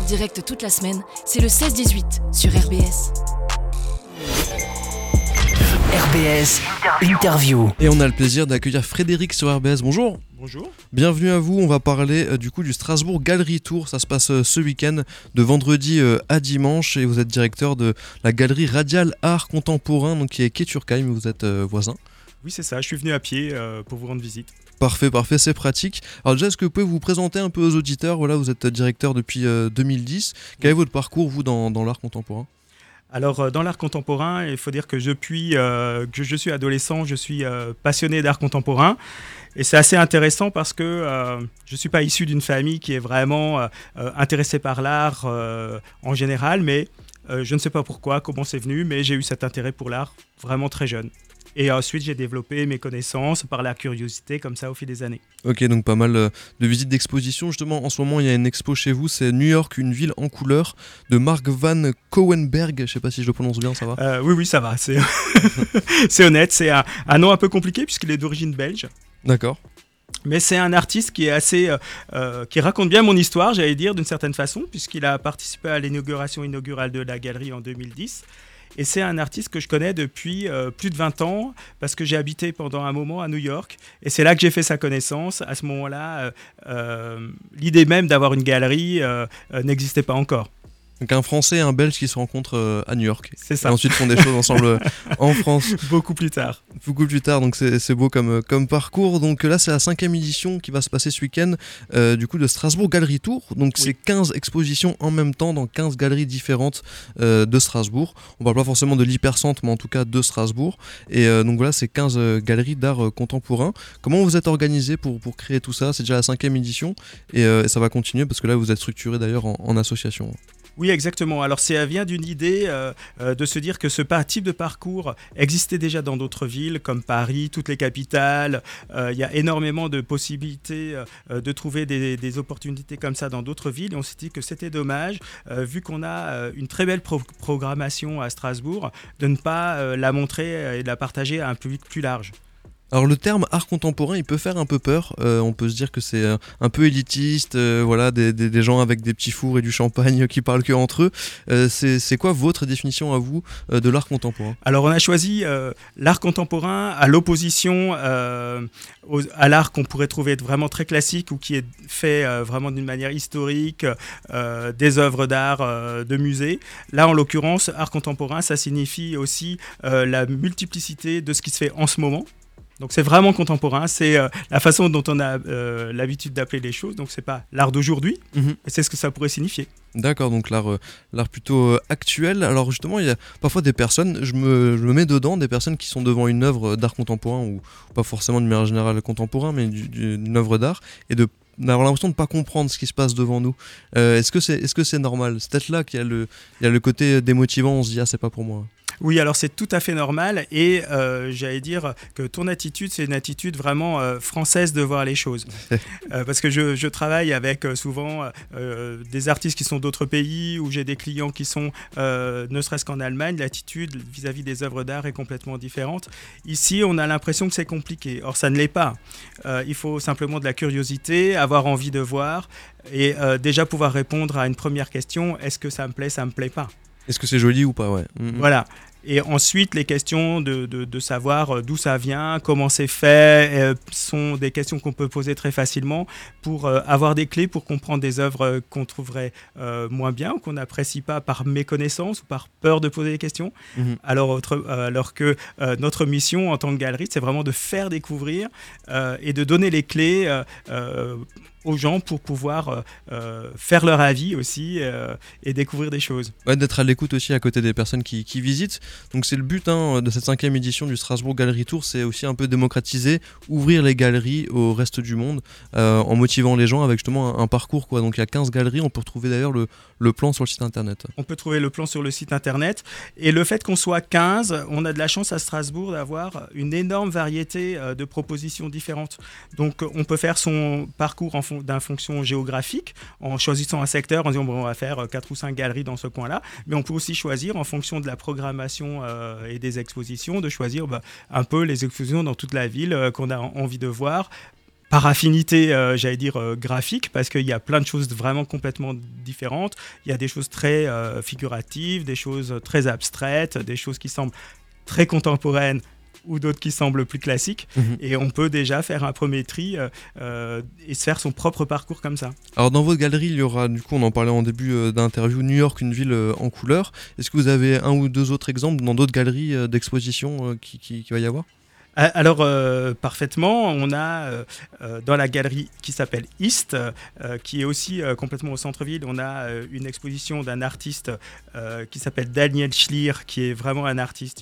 direct toute la semaine, c'est le 16-18 sur RBS. RBS Interview. Et on a le plaisir d'accueillir Frédéric sur RBS. Bonjour. Bonjour. Bienvenue à vous. On va parler du Strasbourg Galerie Tour. Ça se passe ce week-end de vendredi à dimanche et vous êtes directeur de la galerie Radial Art Contemporain, donc qui est quai Turckheim. Vous êtes voisin. Oui, c'est ça. Je suis venu à pied pour vous rendre visite. Parfait, c'est pratique. Alors déjà, est-ce que vous pouvez vous présenter un peu aux auditeurs ? Voilà, vous êtes directeur depuis 2010. Quel est votre parcours, vous, dans l'art contemporain ? Alors, dans l'art contemporain, il faut dire que depuis que je suis adolescent, je suis passionné d'art contemporain. Et c'est assez intéressant parce que je ne suis pas issu d'une famille qui est vraiment intéressée par l'art en général, mais je ne sais pas pourquoi, comment c'est venu, mais j'ai eu cet intérêt pour l'art vraiment très jeune. Et ensuite, j'ai développé mes connaissances par la curiosité, comme ça, au fil des années. Ok, donc pas mal de visites d'expositions. Justement, en ce moment, il y a une expo chez vous, c'est New York, une ville en couleurs, de Mark Van Cowenberg. Je ne sais pas si je le prononce bien, ça va ? Oui, ça va. C'est, c'est honnête. C'est un nom un peu compliqué puisqu'il est d'origine belge. D'accord. Mais c'est un artiste qui est assez, qui raconte bien mon histoire, j'allais dire, d'une certaine façon, puisqu'il a participé à l'inauguration inaugurale de la galerie en 2010. Et c'est un artiste que je connais depuis plus de 20 ans, parce que j'ai habité pendant un moment à New York. Et c'est là que j'ai fait sa connaissance. À ce moment-là, l'idée même d'avoir une galerie n'existait pas encore. Donc un Français et un Belge qui se rencontrent à New York. C'est ça. Et ensuite font des choses ensemble en France. Beaucoup plus tard, donc c'est beau comme parcours. Donc là, c'est la 5e édition qui va se passer ce week-end de Strasbourg Galerie Tour. Donc oui. C'est 15 expositions en même temps dans 15 galeries différentes de Strasbourg. On parle pas forcément de l'hypercentre, mais en tout cas de Strasbourg. Et donc voilà, c'est 15 galeries d'art contemporain. Comment vous êtes organisé pour créer tout ça ? C'est déjà la 5e édition et ça va continuer parce que là, vous êtes structuré d'ailleurs en association. Oui, exactement. Alors, ça vient d'une idée de se dire que ce type de parcours existait déjà dans d'autres villes, comme Paris, toutes les capitales. Il y a énormément de possibilités de trouver des opportunités comme ça dans d'autres villes. Et on s'est dit que c'était dommage, vu qu'on a une très belle programmation à Strasbourg, de ne pas la montrer et de la partager à un public plus large. Alors le terme art contemporain, il peut faire un peu peur. On peut se dire que c'est un peu élitiste, voilà, des gens avec des petits fours et du champagne qui parlent que entre eux. C'est quoi votre définition à vous de l'art contemporain ? Alors on a choisi l'art contemporain à l'opposition à l'art qu'on pourrait trouver être vraiment très classique ou qui est fait vraiment d'une manière historique, des œuvres d'art de musée. Là, en l'occurrence, art contemporain, ça signifie aussi la multiplicité de ce qui se fait en ce moment. Donc c'est vraiment contemporain, c'est la façon dont on a l'habitude d'appeler les choses, donc c'est pas l'art d'aujourd'hui, et c'est ce que ça pourrait signifier. D'accord, donc l'art plutôt actuel. Alors justement, il y a parfois des personnes, je me mets dedans, des personnes qui sont devant une œuvre d'art contemporain, ou pas forcément de manière générale contemporain, mais d'une œuvre d'art, et d'avoir l'impression de ne pas comprendre ce qui se passe devant nous. Est-ce que c'est normal ? C'est peut-être là qu'il y a le côté démotivant, on se dit « Ah, c'est pas pour moi ». Oui, alors c'est tout à fait normal et j'allais dire que ton attitude, c'est une attitude vraiment française de voir les choses. Parce que je travaille avec souvent des artistes qui sont d'autres pays ou j'ai des clients qui sont ne serait-ce qu'en Allemagne. L'attitude vis-à-vis des œuvres d'art est complètement différente. Ici, on a l'impression que c'est compliqué. Or, ça ne l'est pas. Il faut simplement de la curiosité, avoir envie de voir et déjà pouvoir répondre à une première question. Est-ce que ça me plaît pas ? Est-ce que c'est joli ou pas ? Ouais. Voilà. Et ensuite, les questions de savoir d'où ça vient, comment c'est fait, sont des questions qu'on peut poser très facilement pour avoir des clés pour comprendre des œuvres qu'on trouverait moins bien ou qu'on n'apprécie pas par méconnaissance ou par peur de poser des questions. Alors que notre mission en tant que galeriste, c'est vraiment de faire découvrir et de donner les clés aux gens pour pouvoir faire leur avis aussi et découvrir des choses. Ouais, d'être à l'écoute aussi à côté des personnes qui visitent. Donc c'est le but de cette 5e édition du Strasbourg Galerie Tour, c'est aussi un peu démocratiser, ouvrir les galeries au reste du monde en motivant les gens avec justement un parcours, quoi. Donc il y a 15 galeries, on peut retrouver d'ailleurs le plan sur le site internet. On peut trouver le plan sur le site internet et le fait qu'on soit 15, on a de la chance à Strasbourg d'avoir une énorme variété de propositions différentes. Donc on peut faire son parcours d'un fonction géographique en choisissant un secteur, en disant on va faire 4 ou 5 galeries dans ce coin-là, mais on peut aussi choisir en fonction de la programmation et des expositions, de choisir un peu les expositions dans toute la ville qu'on a envie de voir par affinité, graphique, parce qu'il y a plein de choses vraiment complètement différentes. Il y a des choses très figuratives, des choses très abstraites, des choses qui semblent très contemporaines ou d'autres qui semblent plus classiques. Et on peut déjà faire un premier tri et se faire son propre parcours comme ça. Alors dans votre galerie, il y aura, du coup on en parlait en début d'interview, New York, une ville en couleur. Est-ce que vous avez un ou deux autres exemples dans d'autres galeries d'exposition qui va y avoir ? Alors, parfaitement, on a dans la galerie qui s'appelle East, qui est aussi complètement au centre-ville, on a une exposition d'un artiste qui s'appelle Daniel Schlier, qui est vraiment un artiste,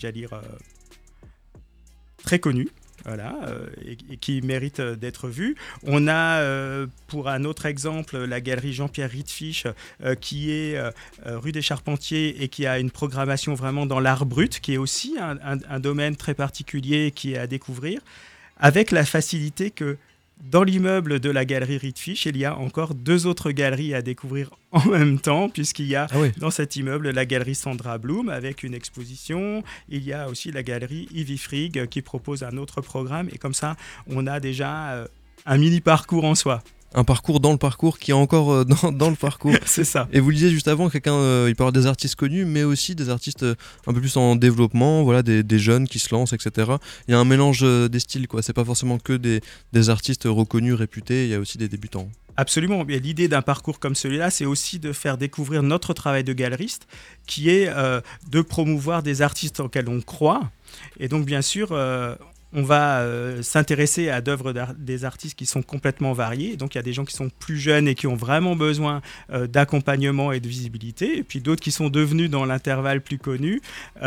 très connu. Voilà, et qui mérite d'être vu. On a, pour un autre exemple, la galerie Jean-Pierre Rietfisch, qui est rue des Charpentiers et qui a une programmation vraiment dans l'art brut, qui est aussi un domaine très particulier qui est à découvrir, avec la facilité que dans l'immeuble de la galerie Rietfisch, il y a encore deux autres galeries à découvrir en même temps, puisqu'il y a dans cet immeuble la galerie Sandra Blum avec une exposition. Il y a aussi la galerie Ivy Frigg qui propose un autre programme. Et comme ça, on a déjà un mini-parcours en soi. Un parcours dans le parcours qui est encore dans le parcours. C'est ça. Et vous le disiez juste avant, il peut y avoir des artistes connus, mais aussi des artistes un peu plus en développement, voilà, des jeunes qui se lancent, etc. Il y a un mélange des styles, quoi. C'est pas forcément que des artistes reconnus, réputés, il y a aussi des débutants. Absolument. Et l'idée d'un parcours comme celui-là, c'est aussi de faire découvrir notre travail de galeriste, qui est de promouvoir des artistes auxquels on croit. Et donc, bien sûr, on va s'intéresser à d'œuvres des artistes qui sont complètement variés. Donc, il y a des gens qui sont plus jeunes et qui ont vraiment besoin d'accompagnement et de visibilité. Et puis d'autres qui sont devenus dans l'intervalle plus connus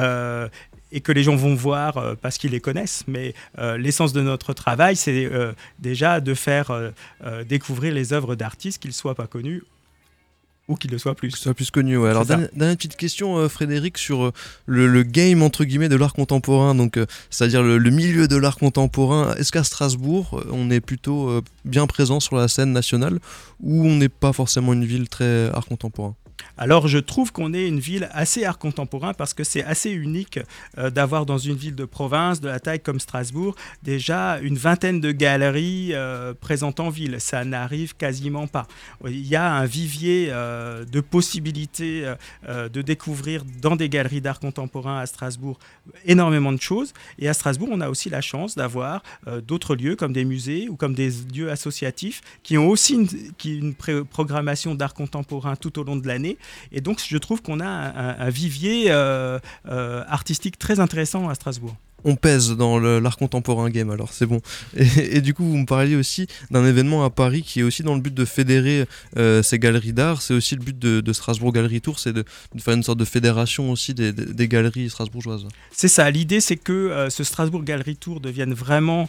et que les gens vont voir parce qu'ils les connaissent. Mais l'essence de notre travail, c'est déjà de faire découvrir les œuvres d'artistes, qu'ils ne soient pas connus ou qu'il le soit plus. Qu'il soit plus connu, ouais. Alors, dernière petite question, Frédéric, sur le game, entre guillemets, de l'art contemporain, donc, c'est-à-dire le milieu de l'art contemporain. Est-ce qu'à Strasbourg, on est plutôt bien présent sur la scène nationale ou on n'est pas forcément une ville très art contemporain ? Alors, je trouve qu'on est une ville assez art contemporain parce que c'est assez unique d'avoir dans une ville de province de la taille comme Strasbourg déjà une vingtaine de galeries présentes en ville. Ça n'arrive quasiment pas. Il y a un vivier de possibilités de découvrir dans des galeries d'art contemporain à Strasbourg énormément de choses. Et à Strasbourg, on a aussi la chance d'avoir d'autres lieux comme des musées ou comme des lieux associatifs qui ont aussi une programmation d'art contemporain tout au long de l'année. Et donc, je trouve qu'on a un vivier artistique très intéressant à Strasbourg. On pèse dans l'art contemporain game, alors c'est bon. Et du coup, vous me parliez aussi d'un événement à Paris qui est aussi dans le but de fédérer ces galeries d'art. C'est aussi le but de Strasbourg Gallery Tour, c'est de faire une sorte de fédération aussi des galeries strasbourgeoises. C'est ça, l'idée c'est que ce Strasbourg Gallery Tour devienne vraiment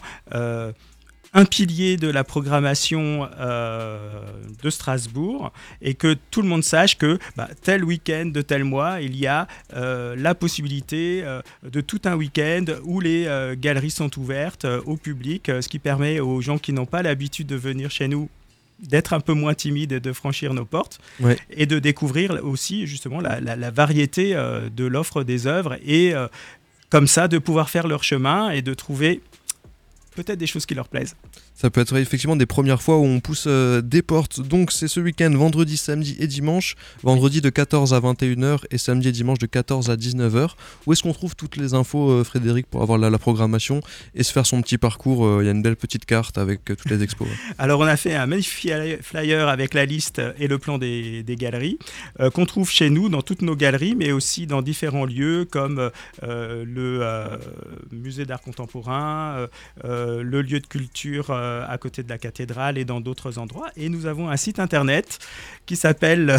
un pilier de la programmation de Strasbourg et que tout le monde sache que tel week-end de tel mois, il y a la possibilité de tout un week-end où les galeries sont ouvertes au public, ce qui permet aux gens qui n'ont pas l'habitude de venir chez nous d'être un peu moins timides et de franchir nos portes et de découvrir aussi justement la variété de l'offre des œuvres et comme ça de pouvoir faire leur chemin et de trouver peut-être des choses qui leur plaisent. Ça peut être effectivement des premières fois où on pousse des portes. Donc c'est ce week-end, vendredi, samedi et dimanche. Vendredi de 14 à 21h et samedi et dimanche de 14 à 19h. Où est-ce qu'on trouve toutes les infos, Frédéric, pour avoir la programmation et se faire son petit parcours? Il y a une belle petite carte avec toutes les expos. Alors on a fait un magnifique flyer avec la liste et le plan des galeries qu'on trouve chez nous dans toutes nos galeries, mais aussi dans différents lieux comme le musée d'art contemporain, le lieu de culture à côté de la cathédrale et dans d'autres endroits. Et nous avons un site internet qui s'appelle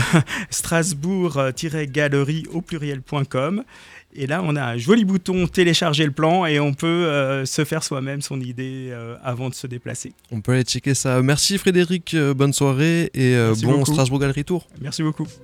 strasbourg-galerie au pluriel.com. Et là, on a un joli bouton télécharger le plan et on peut se faire soi-même son idée avant de se déplacer. On peut aller checker ça. Merci Frédéric, bonne soirée et bon beaucoup. Strasbourg Gallery Tour. Merci beaucoup.